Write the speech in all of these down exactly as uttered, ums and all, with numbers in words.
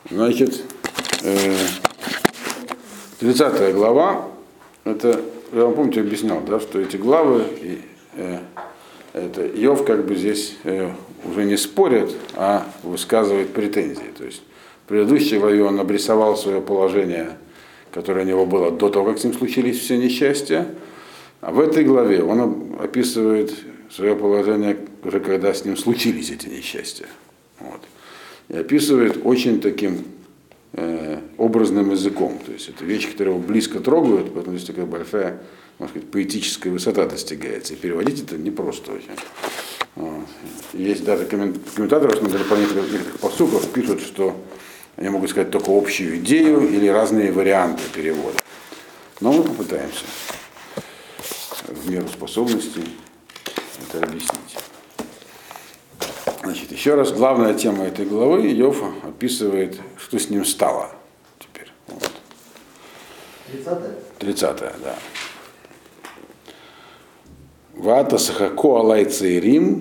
Значит, тридцатая глава, это, я вам помните, объяснял, да, что эти главы, и, э, это Иов как бы здесь э, уже не спорит, а высказывает претензии. То есть в предыдущей главе он обрисовал свое положение, которое у него было до того, как с ним случились все несчастья, а в этой главе он описывает свое положение уже когда с ним случились эти несчастья. Вот. И описывает очень таким э, образным языком. То есть это вещи, которые его близко трогают, поэтому здесь такая большая, можно сказать, поэтическая высота достигается. И переводить это непросто очень. Вот. Есть даже комментаторы, что по некоторых, некоторых посуков пишут, что они могут сказать только общую идею или разные варианты перевода. Но мы попытаемся в меру способностей это объяснить. Значит, еще раз, главная тема этой главы, Иов описывает, что с ним стало теперь. Вот. тридцатая? тридцатая, да. Ваата сахако алай цейрим,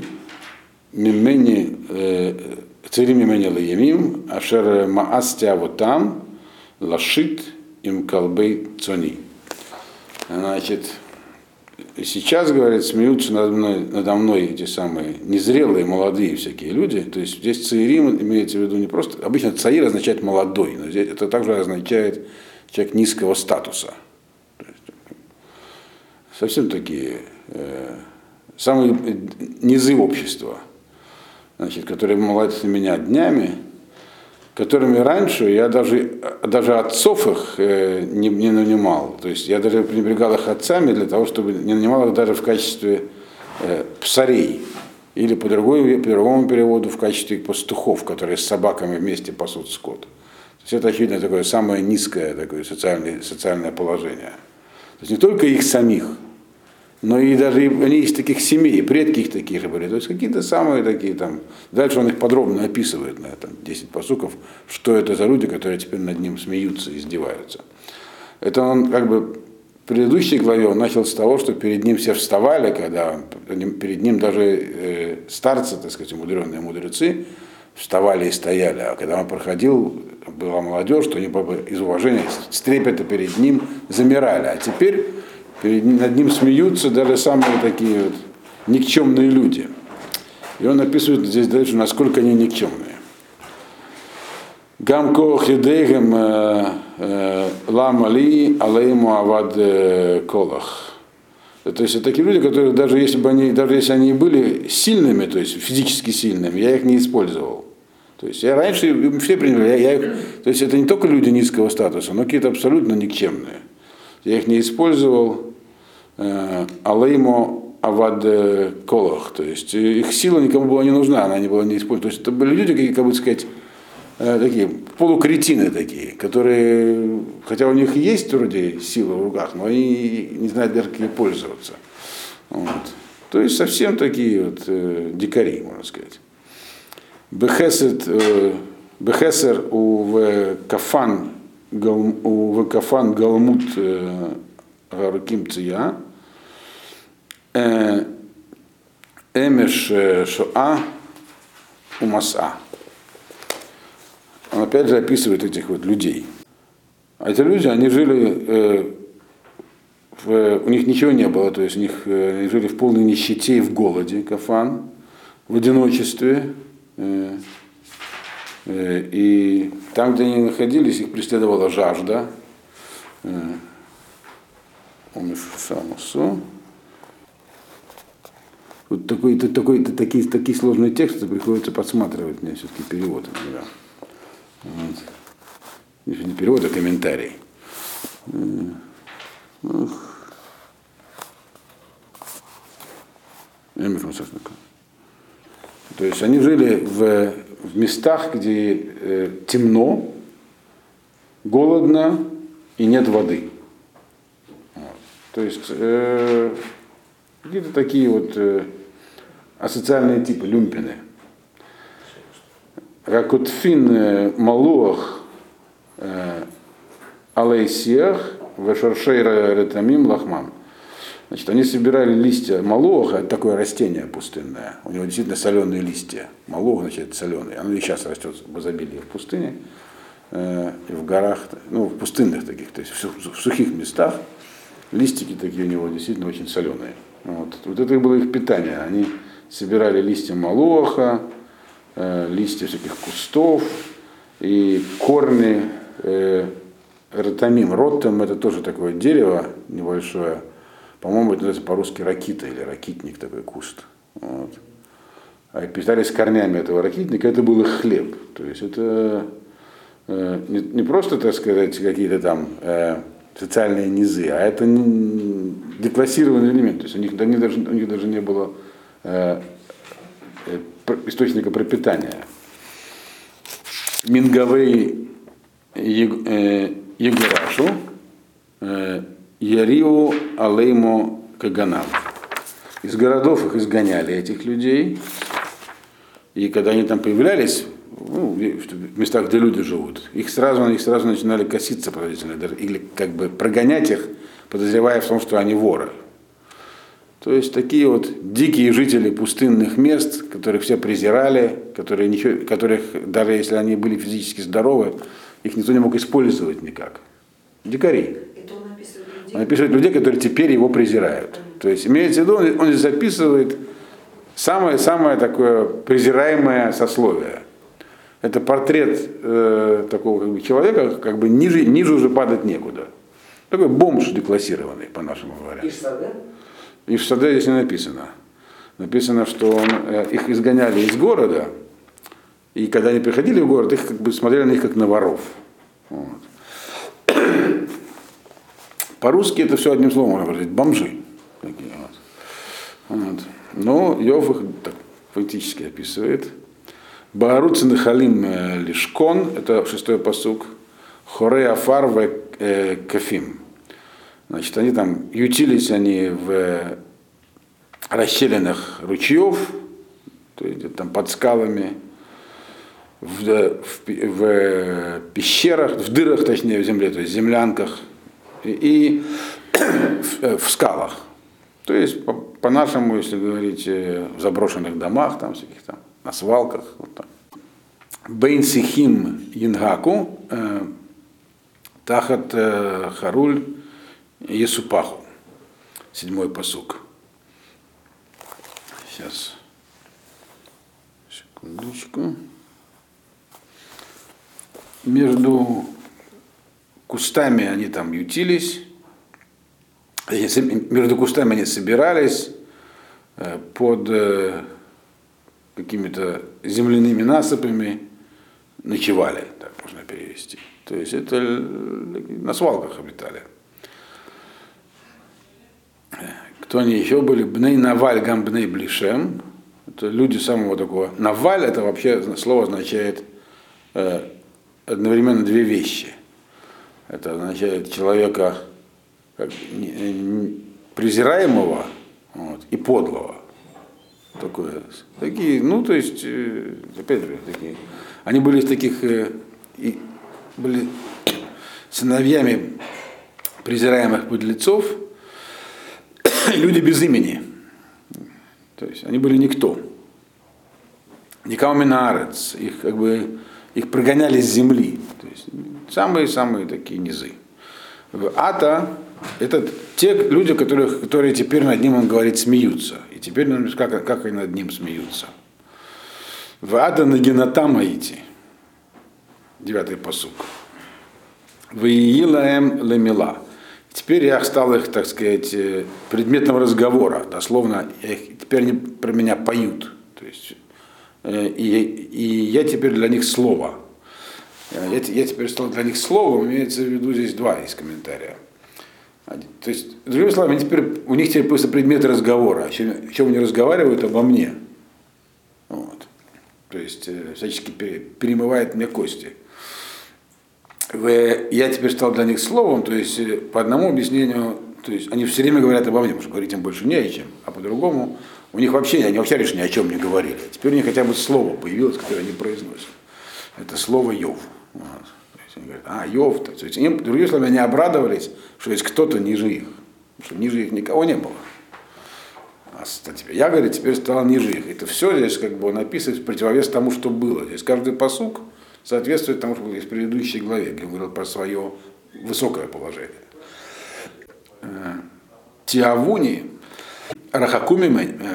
мимени, цейрим мимени лаемим, ашер маастя там, лашит им колбей цони. Значит, сейчас, говорит, смеются надо мной, надо мной эти самые незрелые, молодые всякие люди. То есть здесь цаирим имеется в виду не просто... Обычно цаир означает молодой, но здесь это также означает человек низкого статуса. То есть, совсем такие э, самые низы общества, значит, которые молодятся на меня днями, которыми раньше я даже, даже отцов их э, не, не нанимал. То есть я даже пренебрегал их отцами для того, чтобы не нанимал их даже в качестве э, псарей. Или по, другой, по другому переводу в качестве пастухов, которые с собаками вместе пасут скот. То есть это, очевидно, такое самое низкое такое социальное, социальное положение. То есть не только их самих, но и даже они из таких семей, предки их такие же были. То есть какие-то самые такие там. Дальше он их подробно описывает на этом десять пасуков, что это за люди, которые теперь над ним смеются, издеваются. Это он как бы в предыдущей главе он начал с того, что перед ним все вставали, когда перед ним даже э, старцы, так сказать, умудренные мудрецы, вставали и стояли. А когда он проходил, была молодежь, то они из уважения, с трепета перед ним замирали. А теперь перед ним, над ним смеются даже самые такие вот никчемные люди. И он описывает здесь дальше, насколько они никчемные. Гамко хидейгем ламали алейму авад колах. То есть это такие люди, которые даже если бы они, даже если они были сильными, то есть физически сильными, я их не использовал. То есть я раньше все приняли, я, я их, то есть это не только люди низкого статуса, но какие-то абсолютно никчемные. Я их не использовал, алеймо авад колах, то есть их сила никому была не нужна, она не была не использована. То есть это были люди, какие, как бы сказать, такие полукретины такие, которые, хотя у них есть вроде сила в руках, но они не знают даже, как ей пользоваться. Вот. То есть совсем такие вот э, дикари, можно сказать. Бехесет, э, бехесер у кафан у кафан галмут гаруким ция эмеш шоа умаса. Он опять же описывает этих вот людей. А эти люди, они жили, э, в, у них ничего не было, то есть у них э, они жили в полной нищете и в голоде, кафан, в одиночестве. Э, э, и там, где они находились, их преследовала жажда. Э, вот такой, такой, такие, такие сложные тексты приходится подсматривать, мне все-таки перевод иногда. Вот. Не перевод, а комментарий. То есть они жили в, в местах, где э, темно, голодно и нет воды. Вот. То есть э, какие-то такие вот э, асоциальные типы, люмпины. Ракутфин малуах алейсиях вешаршей ретамим лахмам. Значит, они собирали листья малуаха, это такое растение пустынное. У него действительно соленые листья. Малуах, значит, соленый. Оно и сейчас растет в изобилии в пустыне. э, и в горах, ну, в пустынных таких, то есть в, в сухих местах. Листики такие у него действительно очень соленые. Вот, вот это было их питание. Они собирали листья малоха, э, листья всяких кустов и корни э, ротамим. Ротам это тоже такое дерево небольшое. По-моему, это называется по-русски ракита или ракитник, такой куст. Вот. А питались корнями этого ракитника, это был их хлеб. То есть это э, не, не просто, так сказать, какие-то там э, социальные низы, а это не, деклассированный элемент. То есть у них, они даже, у них даже не было э, э, источника пропитания. Мингавей Егорашу, э, Яриу Алеймо Каганам. Из городов их изгоняли, этих людей. И когда они там появлялись, ну, в местах, где люди живут, их сразу, их сразу начинали коситься подозрительно, или как бы прогонять их, подозревая в том, что они воры. То есть такие вот дикие жители пустынных мест, которых все презирали, которые ничего, которых, даже если они были физически здоровы, их никто не мог использовать никак. Дикари. Он описывает людей, которые теперь его презирают. То есть имеется в виду, он здесь записывает самое-самое такое презираемое сословие. Это портрет э, такого как бы, человека, как бы ниже, ниже уже падать некуда. Такой бомж деклассированный, по-нашему говоря. Ишсаде? Ишсаде здесь не написано. Написано, что он, э, их изгоняли из города, и когда они приходили в город, их как бы смотрели на них как на воров. Вот. По-русски это все одним словом можно выразить. Бомжи. Такие вот. Вот. Но Йов их так, фактически описывает. Бааруцин и Халим Лишкон, это шестой пасук. Хоре Афар в Кафим. Значит, они там ютились они в расщелинах ручьев, то есть там под скалами, в, в, в пещерах, в дырах, точнее, в земле, то есть в землянках и, и в, в скалах. То есть, по- по-нашему, если говорить, э, в заброшенных домах, там, всяких там, на свалках. Вот так. Бейн Сихим Янгаку, э, Тахат э, Харуль Есупаху. Седьмой пасук. Сейчас. Секундочку. Между кустами они там ютились. Между кустами они собирались под какими-то земляными насыпями, ночевали, так можно перевести. То есть это на свалках обитали. Кто они еще были? Бней Наваль гам бней Блишем. Это люди самого такого. Наваль это вообще слово означает э, одновременно две вещи. Это означает человека как, не, не, презираемого вот, и подлого. Такое, такие, ну, то есть, э, опять же, такие. Они были из таких, э, и, были сыновьями презираемых подлецов, люди без имени. То есть они были никто. Никого минарец. Их как бы их прогоняли с земли. То есть самые-самые такие низы. Ата это те люди, которых, которые теперь над ним, он говорит, смеются. И теперь как, как они над ним смеются. В ата нагинатам аити. Девятый пасук. В иилаэм лемила. Теперь я стал их, так сказать, предметом разговора. Дословно, их, теперь они про меня поют. То есть, и, и я теперь для них слово. Я, я теперь стал для них словом, имеется в виду здесь два из комментария. То есть, другими словами, теперь, у них теперь просто предметы разговора. О чем, о чем они разговаривают обо мне. Вот. То есть, всячески перемывает мне кости. Я теперь стал для них словом, то есть по одному объяснению, то есть они все время говорят обо мне, потому что говорить им больше не о чем, а по-другому у них вообще, они вообще лишь ни о чем не говорили. Теперь у них хотя бы слово появилось, которое они произносят. Это слово Йов. Вот. То есть они говорят, а, Йов, то есть им, другими словами, они обрадовались, что есть кто-то ниже их, потому что ниже их никого не было. А теперь, я, говорю, теперь стал ниже их. Это все здесь как бы он описывает в противовес тому, что было. Здесь каждый пасук соответствует тому, что было в предыдущей главе, где он говорил про свое высокое положение. Тиавуни, Рахакуми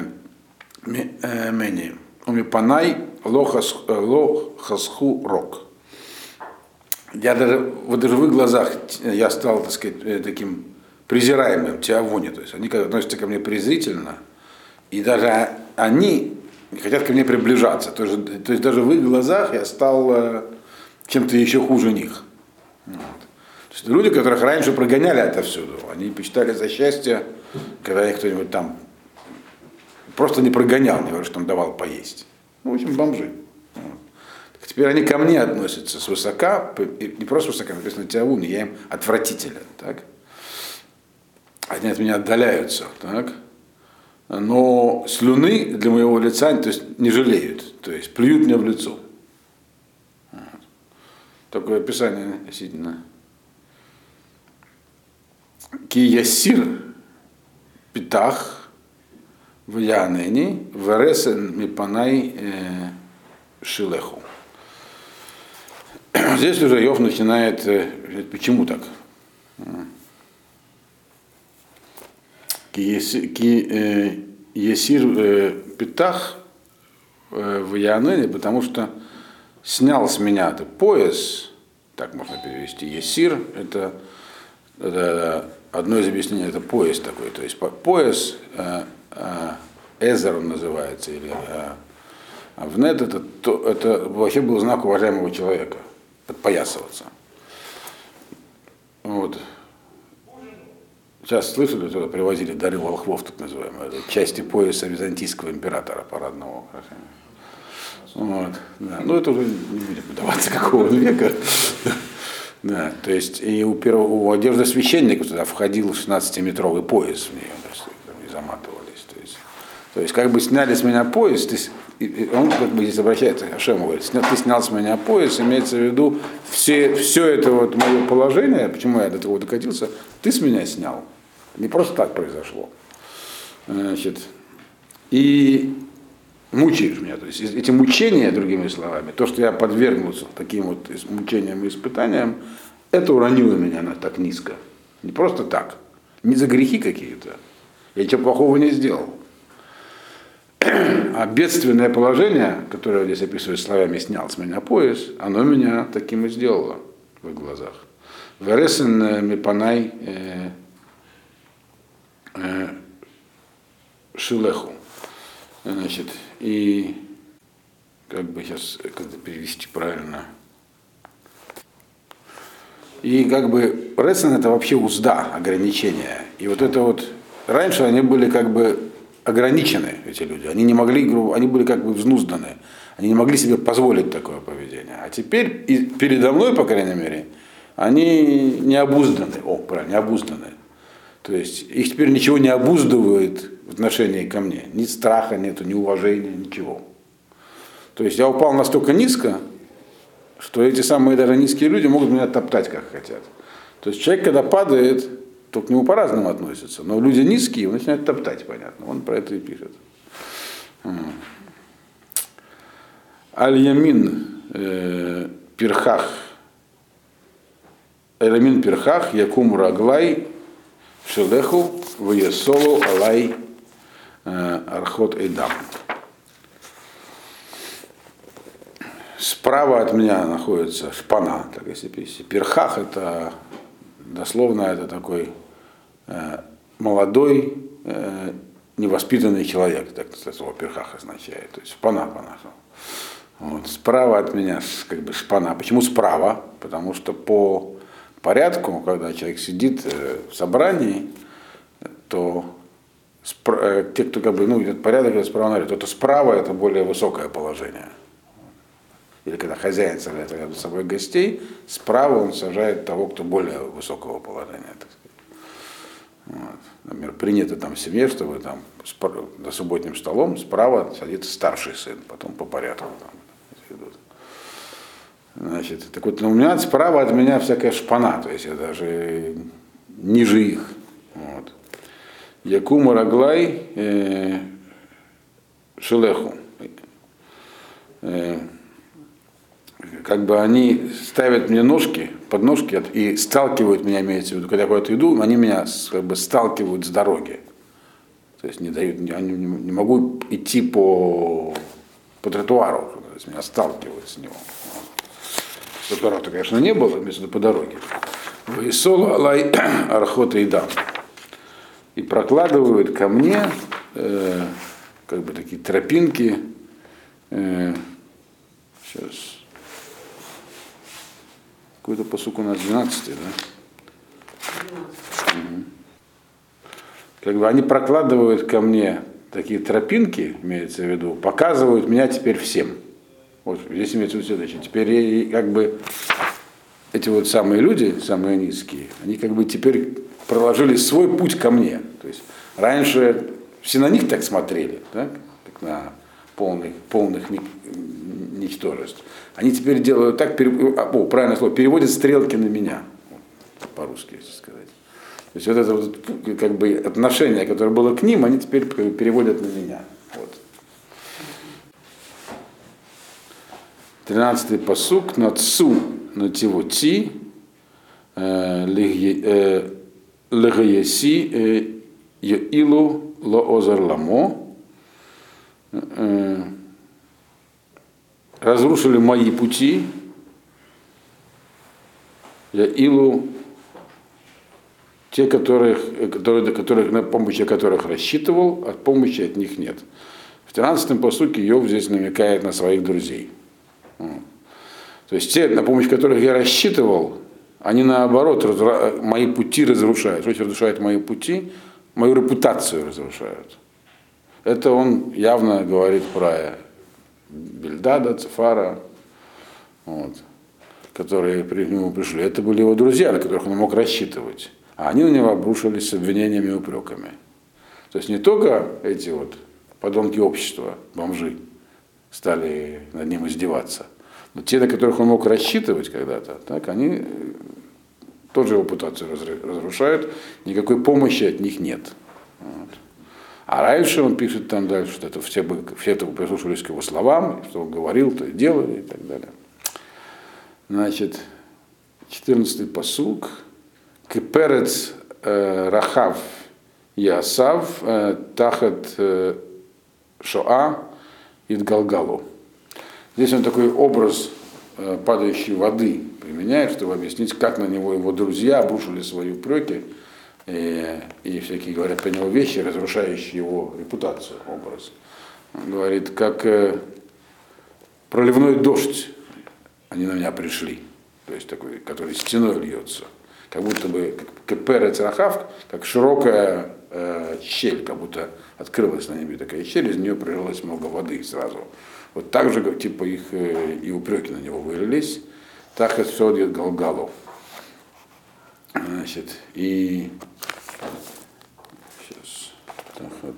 Мени, Умипанай, Лохасху Рок. Я даже, вот даже в их глазах я стал, так сказать, таким презираемым, Тиавуни, то есть они относятся ко мне презрительно, и даже они хотят ко мне приближаться. То есть, то есть даже в их глазах я стал чем-то еще хуже них. Вот. То есть люди, которых раньше прогоняли отовсюду, они почитали за счастье, когда их кто-нибудь там просто не прогонял, не говорю, что он давал поесть. Ну, в общем, бомжи. Вот. Так теперь они ко мне относятся свысока, не просто свысока, написано Тиавуни, я им отвратителен. Так? Они от меня отдаляются. Так? Но слюны для моего лица, то есть, не жалеют, то есть плюют мне в лицо. Вот. Такое описание действительно. Киясир питах в Янени вересен мипанай шилеху. Здесь уже Иов начинает, почему так? Киясир питах в Янени, потому что снял с меня этот пояс, так можно перевести, Есир, это, это одно из объяснений, это пояс такой, то есть пояс, э, э, Эзер он называется, или э, Авнет, это, то, это вообще был знак уважаемого человека, подпоясываться. Вот. Сейчас слышали, что привозили дары волхвов, так называемые, части пояса византийского императора парадного украшения. Вот, да. Ну, это уже не будем подаваться какого века. Да, то есть и у, первого, у одежды священника туда входил шестнадцатиметровый пояс в нее, то есть, и заматывались. То есть, то есть как бы сняли с меня пояс, ты, он как бы здесь обращается к Ашему, говорит, ты снял с меня пояс, имеется в виду все, все это вот мое положение, почему я до того докатился, ты с меня снял. Не просто так произошло. Значит, и мучаешь меня. То есть эти мучения, другими словами, то, что я подвергнулся таким вот мучениям и испытаниям, это уронило меня на так низко. Не просто так. Не за грехи какие-то. Я ничего плохого не сделал. А бедственное положение, которое здесь описывает словами «снял с меня пояс», оно меня таким и сделало в их глазах. Вересен мипанай шилеху. Значит, и как бы сейчас как перевести правильно. И как бы ресен это вообще узда, ограничения. И вот это вот, раньше они были как бы ограничены, эти люди. Они не могли, они были как бы взнузданы. Они не могли себе позволить такое поведение. А теперь, и передо мной, по крайней мере, они не обузданы. О, правильно, не обузданы. То есть их теперь ничего не обуздывает в отношении ко мне. Ни страха нету, ни уважения, ничего. То есть я упал настолько низко, что эти самые даже низкие люди могут меня топтать, как хотят. То есть человек, когда падает, то к нему по-разному относятся. Но люди низкие, он начинает топтать, понятно. Он про это и пишет. Аль-Ямин э, Пирхах Элямин Пирхах Якум Раглай Шелеху Ваесолу Алай Архот Эйдам. Справа от меня находится шпана, так если писать. Пирхах это дословно это такой э, молодой, э, невоспитанный человек, так слово пирхах означает. То есть шпана по-нашему. Вот. Справа от меня как бы шпана. Почему справа? Потому что по порядку, когда человек сидит в собрании, то спра- те, кто как бы, ну, идет порядок, это справа налево, то справа это более высокое положение. Или когда хозяин сажает рядом с собой гостей, справа он сажает того, кто более высокого положения, так сказать. Вот. Например, принято там в семье, чтобы там за субботним столом справа садится старший сын, потом по порядку там идут. Значит, так вот, у меня справа от меня всякая шпана, то есть я даже ниже их. Вот. Якума Раглай э, Шелеху. Э, как бы они ставят мне ножки, подножки и сталкивают меня, имеется в виду, когда я куда-то иду, они меня как бы сталкивают с дороги. То есть не дают, я не, не могу идти по, по тротуару, то есть меня сталкивают с него. С тротуара-то, конечно, не было, вместо по дороге. Высоло алай архота и дам. И прокладывают ко мне э, как бы такие тропинки. Э, сейчас. Какой-то посук у нас двенадцатый, да? Угу. Как бы они прокладывают ко мне такие тропинки, имеется в виду, показывают меня теперь всем. Вот здесь имеется в виду следующее. Теперь я, как бы эти вот самые люди, самые низкие, они как бы теперь проложили свой путь ко мне. То есть раньше все на них так смотрели, так, как на полных, полных ничтожеств. Они теперь делают так, о, правильное слово, переводят стрелки на меня, по-русски, если сказать. То есть вот это вот, как бы отношение, которое было к ним, они теперь переводят на меня. Вот. Тринадцатый пасук. Нацу нативоти легаяси йоилу лоозарламо. Разрушили мои пути. Йоилу те, которых, которые, которых, на помощи которых рассчитывал, а помощи от них нет. В тринадцатом посуке Иов здесь намекает на своих друзей. То есть те, на помощь которых я рассчитывал, они наоборот разру... мои пути разрушают. Что разрушают мои пути? Мою репутацию разрушают. Это он явно говорит про Бельдада, Цефара, вот, которые к нему пришли. Это были его друзья, на которых он мог рассчитывать. А они на него обрушились с обвинениями и упреками. То есть не только эти вот подонки общества, бомжи, стали над ним издеваться, но те, на которых он мог рассчитывать когда-то, так, они тоже его репутацию разрушают, никакой помощи от них нет. Вот. А раньше он пишет там дальше, что это все, бы, все это прислушивались к его словам, что он говорил, то и делали и так далее. Значит, четырнадцатый пасук. Кеперец э, Рахав Ясав э, Тахат э, Шоа Идгалгалу. Здесь он такой образ э, падающей воды применяет, чтобы объяснить, как на него его друзья обрушили свои упреки э, и всякие говорят про него вещи, разрушающие его репутацию, образ. Он говорит, как э, проливной дождь они на меня пришли, то есть такой, который стеной льется. Как будто бы, как перец рахав, как широкая э, щель, как будто открылась на небе такая щель, из нее пролилось много воды сразу. Вот так же, типа, их э, и упреки на него вылились. Так и все идет Галгалу. Значит, и сейчас, так вот,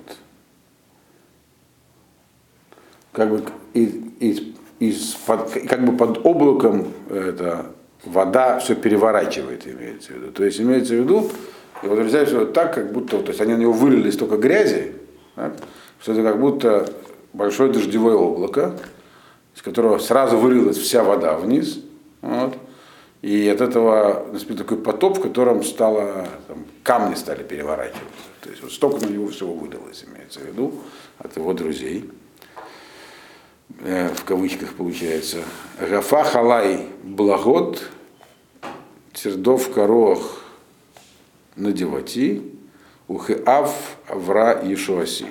как бы из, из, из под, как бы под облаком это вода все переворачивает, имеется в виду. То есть имеется в виду, его друзья все так, как будто, то есть они на него вылили столько грязи, так, что это как будто большое дождевое облако, из которого сразу вылилась вся вода вниз, вот, и от этого наступил такой потоп, в котором стало, там, камни стали переворачиваться. То есть вот столько на него всего вылилось, имеется в виду, от его друзей. В кавычках получается. Гафа халай благот, цердов корох надевати, ухеав авра ешуаси.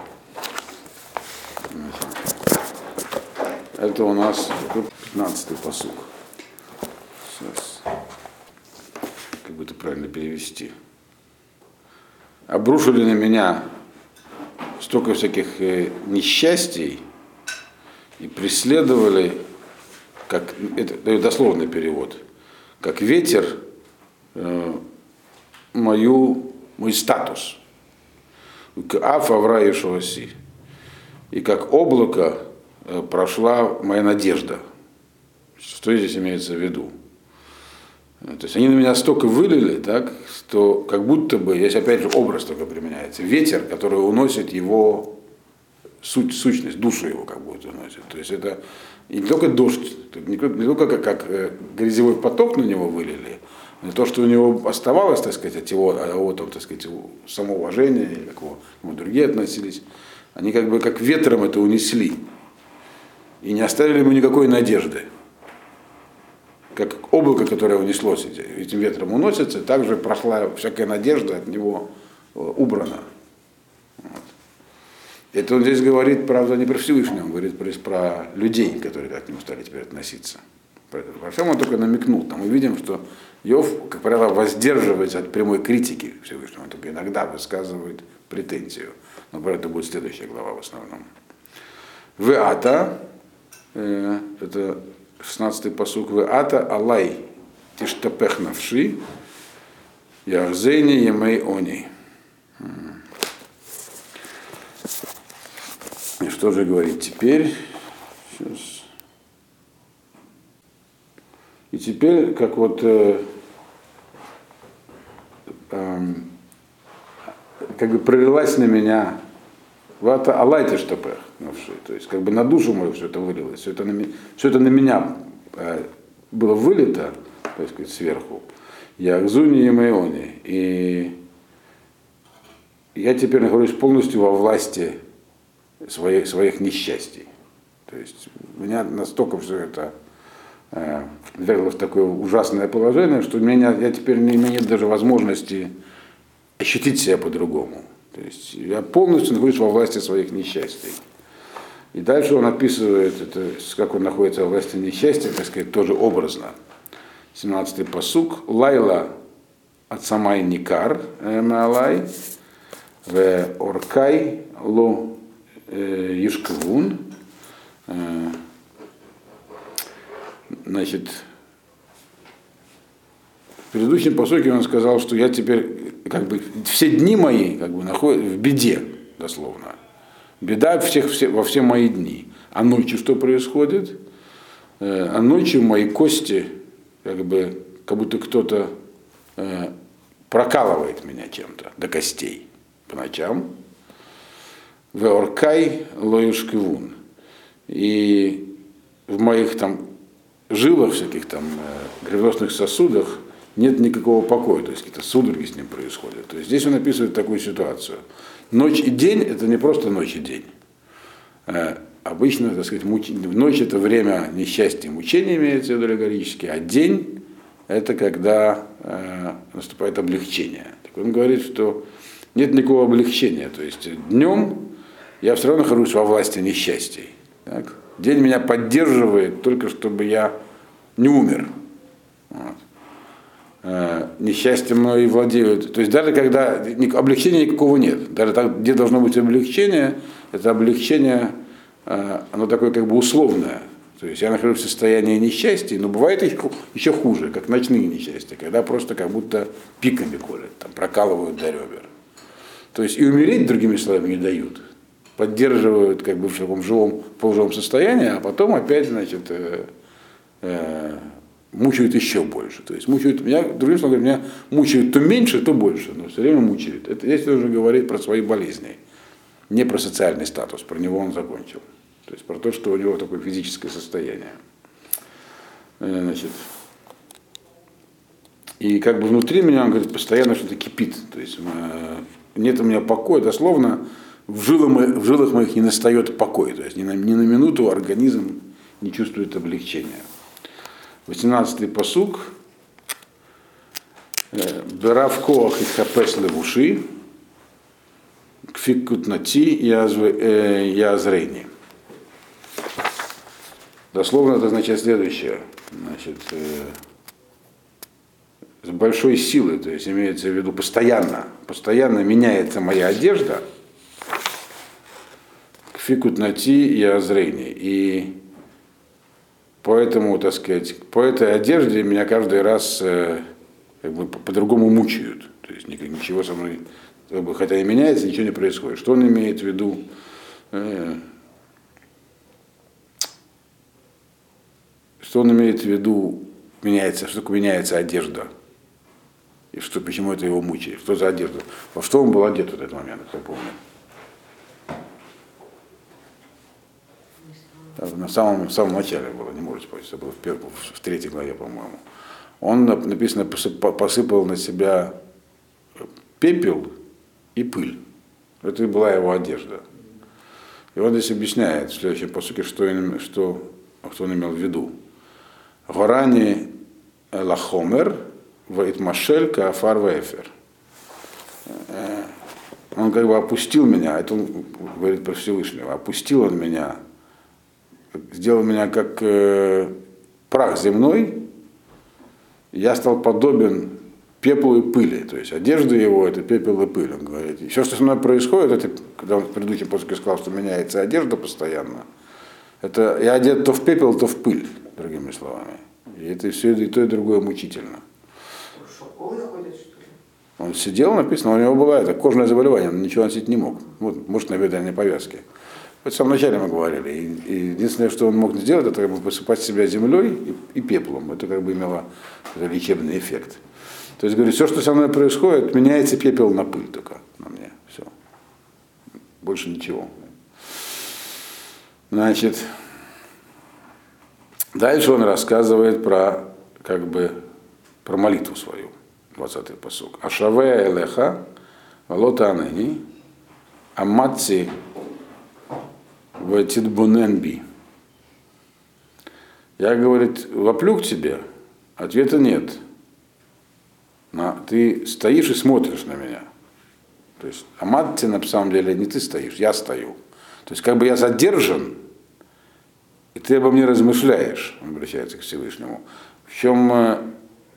Это у нас пятнадцатый пасук. Сейчас. Как бы это правильно перевести. Обрушили на меня столько всяких несчастий, и преследовали, как это дословный перевод, как ветер э, мою, мой статус. Аф авра ешуаси. И как облако э, прошла моя надежда. Что здесь имеется в виду? То есть они на меня столько вылили, так, что как будто бы, здесь опять же образ только применяется, ветер, который уносит его суть, сущность, душу его как будто уносит. То есть это и не только дождь, не только как, как грязевой поток на него вылили, но то, что у него оставалось, так сказать, от его, от его там, так сказать, его самоуважения, как его, ему другие относились, они как бы как ветром это унесли и не оставили ему никакой надежды. Как облако, которое унеслось, этим ветром уносится, также прошла всякая надежда от него убрана. Вот. Это он здесь говорит, правда, не про Всевышнего, он говорит про, про людей, которые так к нему стали теперь относиться. Во всем он только намекнул. Там мы видим, что Иов, как правило, воздерживается от прямой критики Всевышнего, он только иногда высказывает претензию. Но про это будет следующая глава в основном. Веата, э, это шестнадцатый пасук, Веата Алай Тиштапех Навши, Яхзейни Емей Они. И что же говорит теперь? Сейчас. И теперь, как вот э, э, как бы пролилась на меня вата алайте штапех, то есть как бы на душу мою все это вылилось, все это на, все это на меня э, было вылито, так сказать, сверху. Я Акзуни и Майони. И я теперь нахожусь полностью во власти своих, своих несчастий. То есть меня настолько все это э, ввергло в такое ужасное положение, что у меня, я теперь не имею даже возможности ощутить себя по-другому. То есть я полностью нахожусь во власти своих несчастий. И дальше он описывает, это, как он находится во власти несчастья, так сказать, тоже образно. семнадцатый пасук. Лайла от самай никар маалай, в оркай ло ешквун. Значит, в предыдущем пасуке он сказал, что я теперь, как бы, все дни мои, как бы, находятся в беде, дословно. Беда всех, все, во все мои дни. А ночью что происходит? А ночью мои кости, как бы, как будто кто-то э, прокалывает меня чем-то до костей по ночам. Веоркай лоюшкивун. И в моих там жилах, всяких там э, кровеносных сосудах нет никакого покоя, то есть какие-то судороги с ним происходят. То есть здесь он описывает такую ситуацию. Ночь и день – это не просто ночь и день. Э, обычно, так сказать, муч... ночь – это время несчастья и мучения, имеется в виду аллегорически, а день – это когда э, наступает облегчение. Так он говорит, что нет никакого облегчения. То есть днем я все равно нахожусь во власти несчастий. Так? День меня поддерживает только, чтобы я не умер. Вот. Э, несчастье мной владеют. То есть даже когда облегчения никакого нет, даже там, где должно быть облегчение, это облегчение, э, оно такое как бы условное. То есть я нахожусь в состоянии несчастья, но бывает еще, еще хуже, как ночные несчастья, когда просто как будто пиками колят, там, прокалывают до ребер. То есть и умереть, другими словами, не дают. Поддерживают как бы в таком живом, полуживом состоянии, а потом опять, значит, э, э, мучают еще больше. То есть мучают меня, другим словом, меня мучают то меньше, то больше, но все время мучают. Это здесь уже говорит про свои болезни, не про социальный статус, про него он закончил. То есть про то, что у него такое физическое состояние. Значит, и как бы внутри меня, он говорит, постоянно что-то кипит. То есть нет у меня покоя, дословно, в жилах, в жилах моих не настает покой. То есть ни на, ни на минуту организм не чувствует облегчения. восемнадцатый пасук. Берав коах и хапес левуши, кфикутнати язрейни. Дословно это означает следующее. Значит, э, с большой силой, то есть имеется в виду постоянно, постоянно меняется моя одежда, кфикутнати и азрейни. И поэтому, так сказать, по этой одежде меня каждый раз э, как бы по-другому мучают. То есть ничего со мной, как бы, хотя и меняется, ничего не происходит. Что он имеет в виду? Э, Что он имеет в виду, меняется, что такое меняется одежда? И что, почему это его мучает? Что за одежда? Во что он был одет в этот момент, кто помнит? на самом, в самом начале было, не можете понять, это было в, первом, в третьей главе, по-моему. Он, написано, посыпал на себя пепел и пыль. Это и была его одежда. И он здесь объясняет в следующем посуке, что, что, что он имел в виду. Горани лахомер ваитмашель каафар ваэфер. Он как бы опустил меня, это он говорит про Всевышнего, опустил он меня, сделал меня как э, прах земной, и я стал подобен пеплу и пыли, то есть одежда его это пепел и пыль, он говорит. И все, что со мной происходит, это, когда он в предыдущем посуке сказал, что меняется одежда постоянно, это я одет то в пепел, то в пыль, другими словами. И это все и то, и другое мучительно. Он сидел, написано, у него было это кожное заболевание, он ничего носить не мог. Вот, может, на бедренной повязке. Вот в самом начале мы говорили. И, и единственное, что он мог сделать, это как бы посыпать себя землей и, и пеплом. Это как бы имело лечебный эффект. То есть, говорю, все, что со мной происходит, меняется пепел на пыль только на мне. Все. Больше ничего. Значит, дальше он рассказывает про, как бы, про молитву свою. двадцатый пасук. Ашавея элеха, валота анени, аматси ватидбуненби. Я, говорит, воплю к тебе, ответа нет. Но ты стоишь и смотришь на меня. То есть аматси на самом деле не ты стоишь, я стою. То есть как бы я задержан, и ты обо мне размышляешь, он обращается к Всевышнему. В чем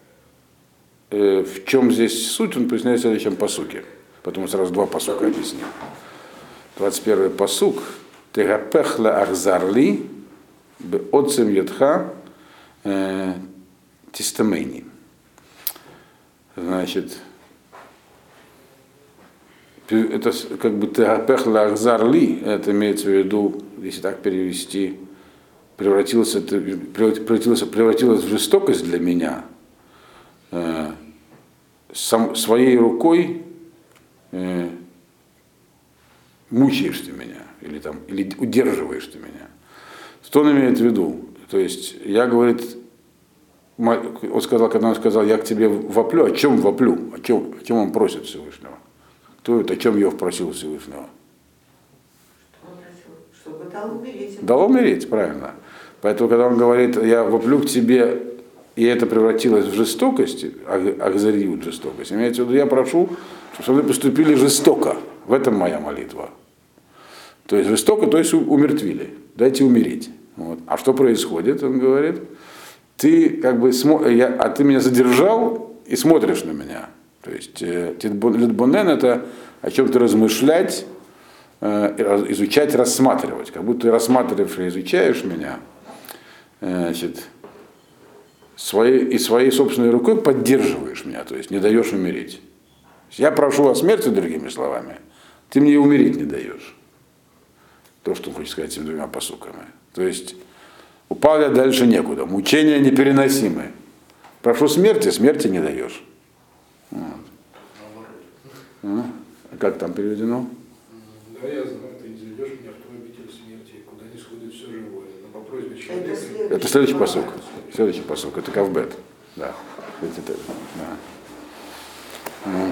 В чем здесь суть, он поясняет в следующем пасуке. Потом сразу два пасука объяснил. двадцать первый пасук. Тегапехла ахзарли беотцем ядха тистамейни. Значит, это как бы тегапехла ахзарли, это имеется в виду, если так перевести, превратился, превратился, превратилась в жестокость для меня. Сам, своей рукой э, мучаешь ты меня, или, там, или удерживаешь ты меня. Что он имеет в виду? То есть я, говорит, он сказал, когда он сказал, я к тебе воплю, о чем воплю? О чем, о чем он просит Всевышнего? Кто это, о чем Йов просил Всевышнего? Что он просил? Чтобы дал умереть. Дал умереть, правильно. Поэтому, когда он говорит, я воплю к тебе, и это превратилось в жестокость, ахзарию жестокость, имеется в виду, я прошу, чтобы вы поступили жестоко. В этом моя молитва. То есть жестоко, то есть умертвили. Дайте умереть. Вот. А что происходит, он говорит, ты как бы смо... я... а ты меня задержал и смотришь на меня. То есть литбонен это о чем-то размышлять, изучать, рассматривать. Как будто ты рассматриваешь и изучаешь меня, значит, своей, и своей собственной рукой поддерживаешь меня, то есть не даешь умереть. Я прошу о смерти, другими словами, ты мне умереть не даешь. То, что он хочет сказать этими двумя пасуками. То есть упал я дальше некуда, мучения непереносимые. Прошу смерти, смерти не даешь. Вот. А? Как там переведено? Да, я знаю, ты не заведешь меня в ту обитель смерти, куда не сходит все живое. Но по просьбе человека... Это следующий пасук. Следующий пасук, это Кавбет. Да. Это, да.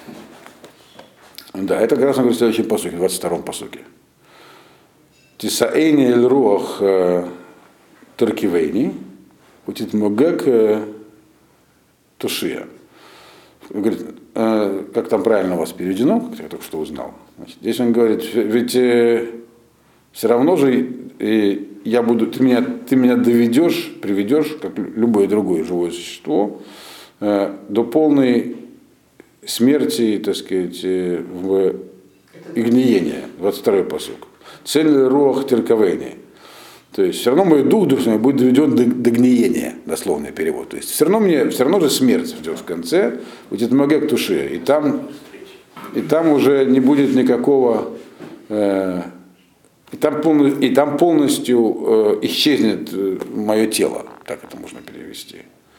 Да, это как раз он говорит в следующем пасуке, в двадцать втором пасуке. Тисаэйни эль руах торкивейни, утит могек тушия. Говорит, э, как там правильно у вас переведено, как я только что узнал. Значит, здесь он говорит, ведь э, все равно же э, я буду, ты меня, ты меня доведешь, приведешь, как любое другое живое существо, э, до полной смерти, так сказать, э, в и гниения. двадцать второй пасук. Цель руах теркавейни. То есть все равно мой дух, дух будет доведен до, до гниения, дословный перевод. То есть все равно мне, все равно же смерть ждет в конце, будет магек туши, и там, и там уже не будет никакого, э, и, там полностью, и там полностью э, исчезнет мое тело, так это можно перевести.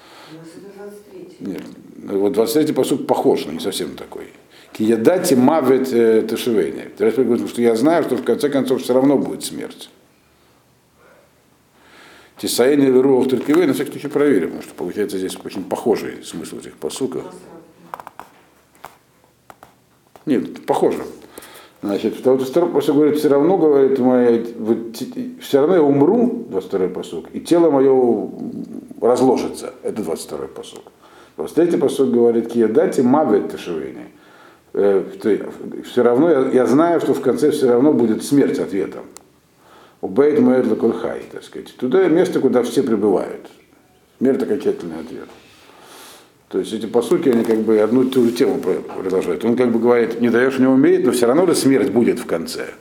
Нет, вот двадцать третий пасук похож, но не совсем такой. Киядати мавет ташивейни. Что я знаю, что в конце концов все равно будет смерть. Тисаэни Веруах Теркивей, на всякий случай проверим, потому что получается здесь очень похожий смысл этих посуков. Нет, похоже. Значит, второй посук говорит, все равно, говорит, моя, все равно я умру, двадцать второй посук, и тело мое разложится. Это двадцать второй посук. двадцать третий посук говорит, киедати мавет тешевени. Все равно, я, я знаю, что в конце все равно будет смерть ответом. Убейт моэд лакульхай, так сказать. Туда место, куда все прибывают. Смерть окончательный ответ. То есть эти посуки, они как бы одну и ту же тему продолжают. Он как бы говорит, не даешь мне умереть, но все равно же смерть будет в конце.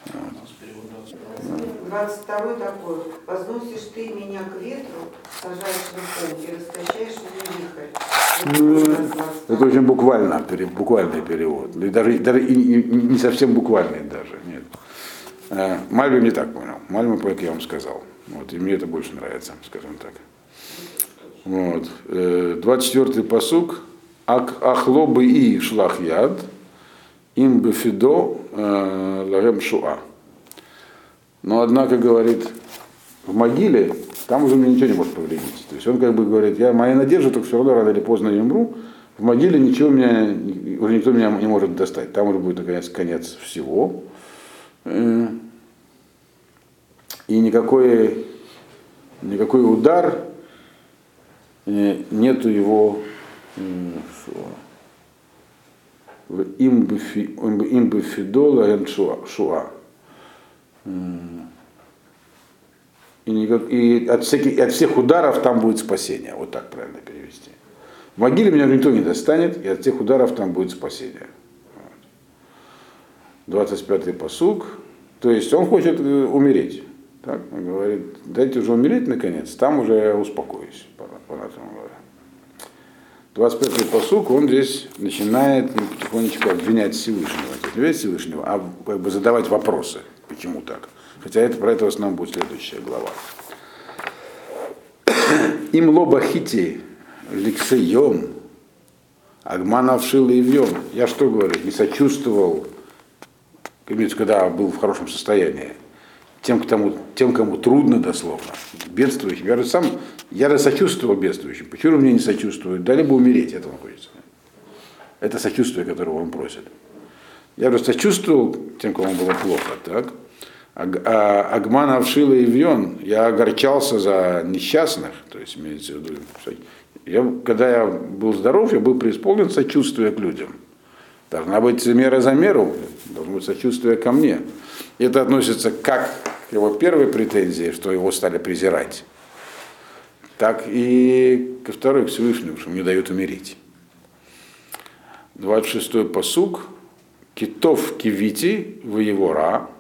двадцать второй такой. Возносишь ты меня к ветру, сажаешь на пол и растащаешь мне вихрь. Ну, это очень буквально, буквальный перевод. И даже, даже и, и, не совсем буквальный даже. Нет. Мальбим не так понял. Мальбим, как я вам сказал. Вот, и мне это больше нравится, скажем так. Вот. двадцать четвёртый пасук. Ахло бы и шлах яд, им бы фидо лагем шуа. Но однако, говорит, в могиле, там уже мне ничего не может повредить. То есть он как бы говорит, я моя надежда, только все равно рано или поздно я умру. В могиле ничего меня, уже никто меня не может достать. Там уже будет наконец конец всего. И никакой, никакой удар нету его им бы фидола шуа. И, никак, и от, всяких, от всех ударов там будет спасение. Вот так правильно перевести. В могиле меня никто не достанет, и от всех ударов там будет спасение. двадцать пятый пасук. То есть он хочет умереть. Так, он говорит, дайте уже умереть наконец, там уже я успокоюсь. двадцать пятый пасук, он здесь начинает потихонечку обвинять Всевышнего. Не обвинять Всевышнего, а как бы задавать вопросы. Почему так? Хотя это, про это в основном будет следующая глава. Им лобахити ликсейом агманав шил и вьем. Я что говорю, не сочувствовал, когда был в хорошем состоянии, тем, кому, тем, кому трудно дословно, бедствующим. Я же сам, я же сочувствовал бедствующим. Почему мне не сочувствуют? Дали бы умереть, это он хочет. Это сочувствие, которого он просит. Я же сочувствовал тем, кому было плохо, так? А Агман Авшила и Вьон, я огорчался за несчастных, то есть имеется в виду, я, когда я был здоров, я был преисполнен сочувствия к людям. Должна быть мера за меру, должно быть сочувствие ко мне. И это относится как к его первой претензии, что его стали презирать, так и ко второй, к Всевышнему, что мне дают умереть. двадцать шестой пасук. Китов кивити воевора,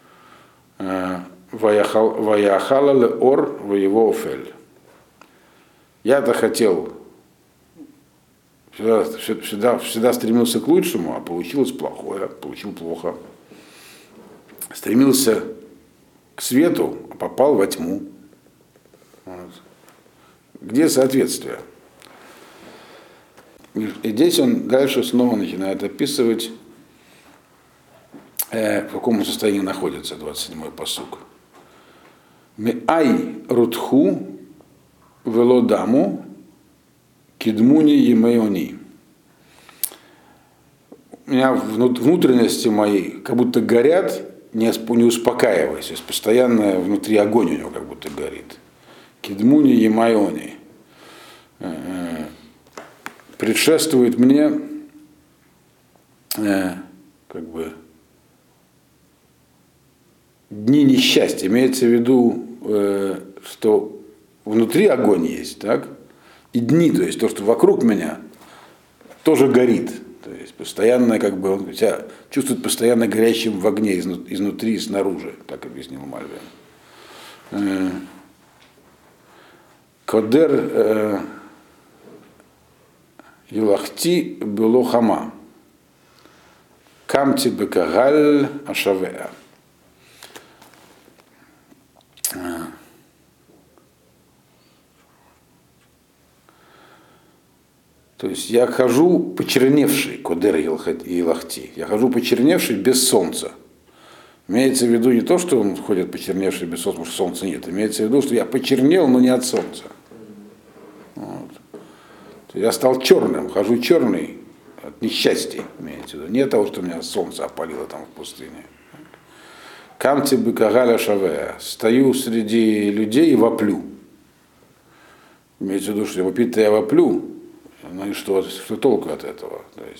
ваяхала ле ор воево офель. Я-то хотел, всегда, всегда, всегда стремился к лучшему, а получилось плохое, получил плохо. Стремился к свету, а попал во тьму. Вот. Где соответствие? И здесь он дальше снова начинает описывать, в каком состоянии находится двадцать седьмой пасук. Меай рутху велодаму кидмуни емеони. У меня внутренности мои как будто горят, не успокаиваясь, то есть постоянно внутри огонь у него как будто горит. Кидмуни емеони. Предшествует мне как бы дни несчастья, имеется в виду, э, что внутри огонь есть, так? И дни, то есть то, что вокруг меня, тоже горит. То есть постоянно, как бы, он себя чувствует постоянно горящим в огне изнутри и снаружи, так объяснил Мальбим. Э, Кодер э, Елахти было хама. Камти бекагаль ашавеа. То есть я хожу почерневший, кодер и лахти, я хожу почерневший без солнца. Имеется в виду не то, что он ходит почерневший без солнца, потому что солнца нет. Имеется в виду, что я почернел, но не от солнца. Вот. Я стал черным, хожу черный от несчастья, имеется в виду. Не от того, что меня солнце опалило там в пустыне. Камти быкагаля шавея. Стою среди людей и воплю. Имеется в виду, что вопить-то я воплю. Ну и что, что толку от этого? То есть,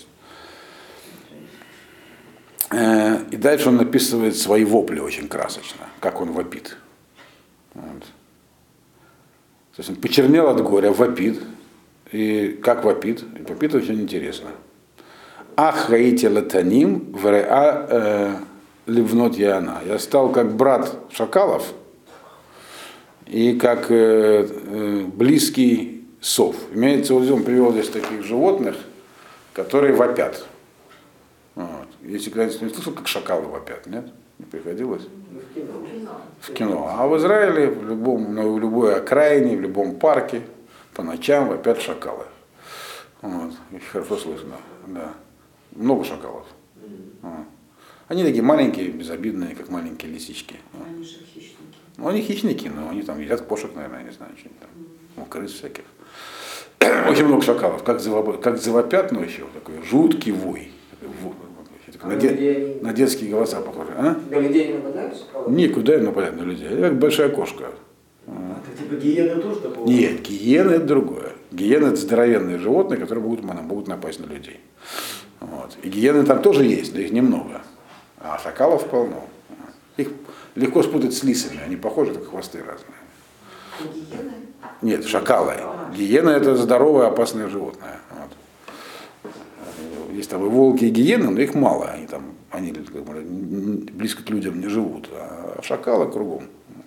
э, и дальше он написывает свои вопли очень красочно, как он вопит. Вот. То есть он почернел от горя, вопит. И как вопит? И вопит очень интересно. Ах, хаити латаним, вреа ливнот яна. Я стал как брат шакалов и как э, э, близкий сов. Имеется в виду, он привел здесь таких животных, которые вопят. Вот. Если когда-нибудь не слышал, как шакалы вопят, нет? Не приходилось? В кино. В кино. А в Израиле, в, любом, на любой окраине, в любом парке, по ночам вопят шакалы. Вот. Их хорошо слышно. Да. Много шакалов. Вот. Они такие маленькие, безобидные, как маленькие лисички. Они же хищники. Ну, они хищники, но они там едят кошек, наверное, не знаю, что-нибудь там. Ну, крыс всяких. Очень много шакалов. Как, завоп... как завопят ночью, такой жуткий вой. Такой вой. А На, на, де... людей... на детские голоса похожи. А? на людей не нападают шакалы? Никуда им нападают на людей. Это как большая кошка. А это типа гиены тоже такого? Нет, гиены это другое. Гиены это здоровенные животные, которые могут, могут напасть на людей. Вот. И гиены там тоже есть, но их немного. А шакалов полно. Их легко спутать с лисами, они похожи, только хвосты разные. Гиены? Нет, шакалы. Гиена это здоровое, опасное животное. Вот. Есть там и волки, и гиены, но их мало. Они там они как бы, близко к людям не живут. А шакалы кругом.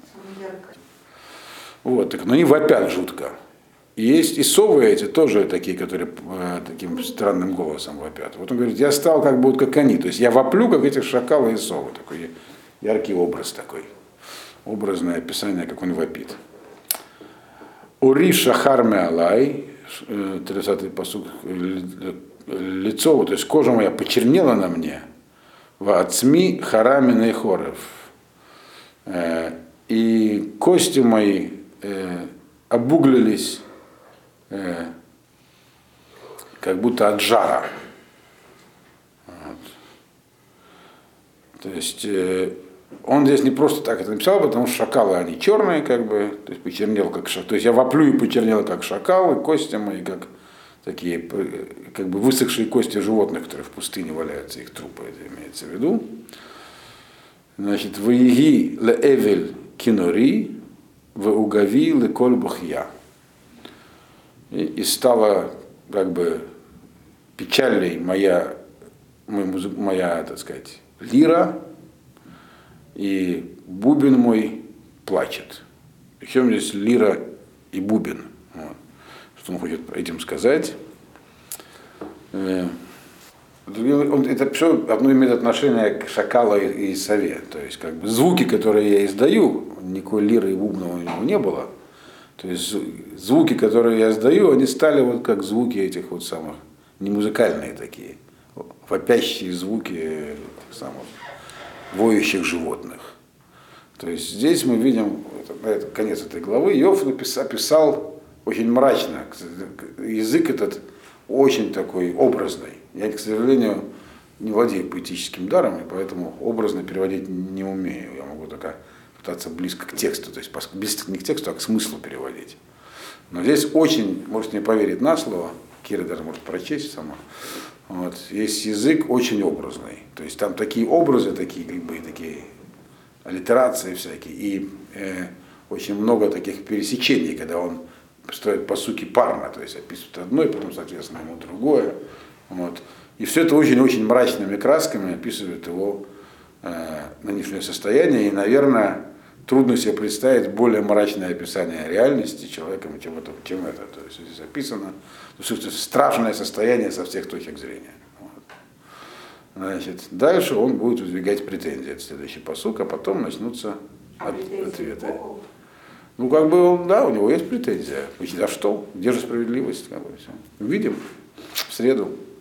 Вот, так, но они вопят жутко. И есть и совы эти тоже такие, которые э, таким странным голосом вопят. Вот он говорит, я стал как будто как они. То есть я воплю, как эти шакалы и совы. Такой яркий образ такой. Образное описание, как он вопит. Ури шахарме алай, тридцатый посуд, лицо, то есть кожа моя почернела на мне. Ваацми харами нейхорев. И кости мои э, обуглились э, как будто от жара. Вот. То есть э, он здесь не просто так это написал, потому что шакалы они черные, как бы, то есть почернел как шакал. То есть я воплю и почернел как шакал, и кости мои как такие как бы высохшие кости животных, которые в пустыне валяются, их трупы, это имеется в виду. Значит, ваиги леэвель кинори, в угави леколь бухья. И стала как бы печальной моя, моя, так сказать, лира, и бубен мой плачет. Причем здесь лира и бубен. Вот. Что он хочет этим сказать? Он, это все одно имеет отношение к шакалу и, и сове. То есть как бы звуки, которые я издаю, никакой лиры и бубна у него не было. То есть звуки, которые я издаю, они стали вот как звуки этих вот самых, не музыкальные такие, вопящие звуки этих самых воющих животных. То есть здесь мы видим, это, это конец этой главы, Иов написал, описал очень мрачно. Язык этот очень такой образный. Я, к сожалению, не владею поэтическим даром, и поэтому образно переводить не умею. Я могу только пытаться близко к тексту, то есть близко не к тексту, а к смыслу переводить. Но здесь очень, можете мне поверить на слово, Кира даже может прочесть сама. Вот, есть язык очень образный. То есть там такие образы, такие, как бы, такие аллитерации всякие, и э, очень много таких пересечений, когда он строит по сути парно, то есть описывает одно, и потом, соответственно, ему другое. Вот. И все это очень-очень мрачными красками описывает его э, нынешнее состояние. И, наверное, трудно себе представить более мрачное описание реальности человеком, чем это. Чем это. То есть здесь описано то есть, страшное состояние со всех точек зрения. Вот. Значит, дальше он будет выдвигать претензии. Это следующий пасук, а потом начнутся от, ответы. Ну, как бы, да, у него есть претензия. А что? Где же справедливость? Как бы, все. Увидим в среду.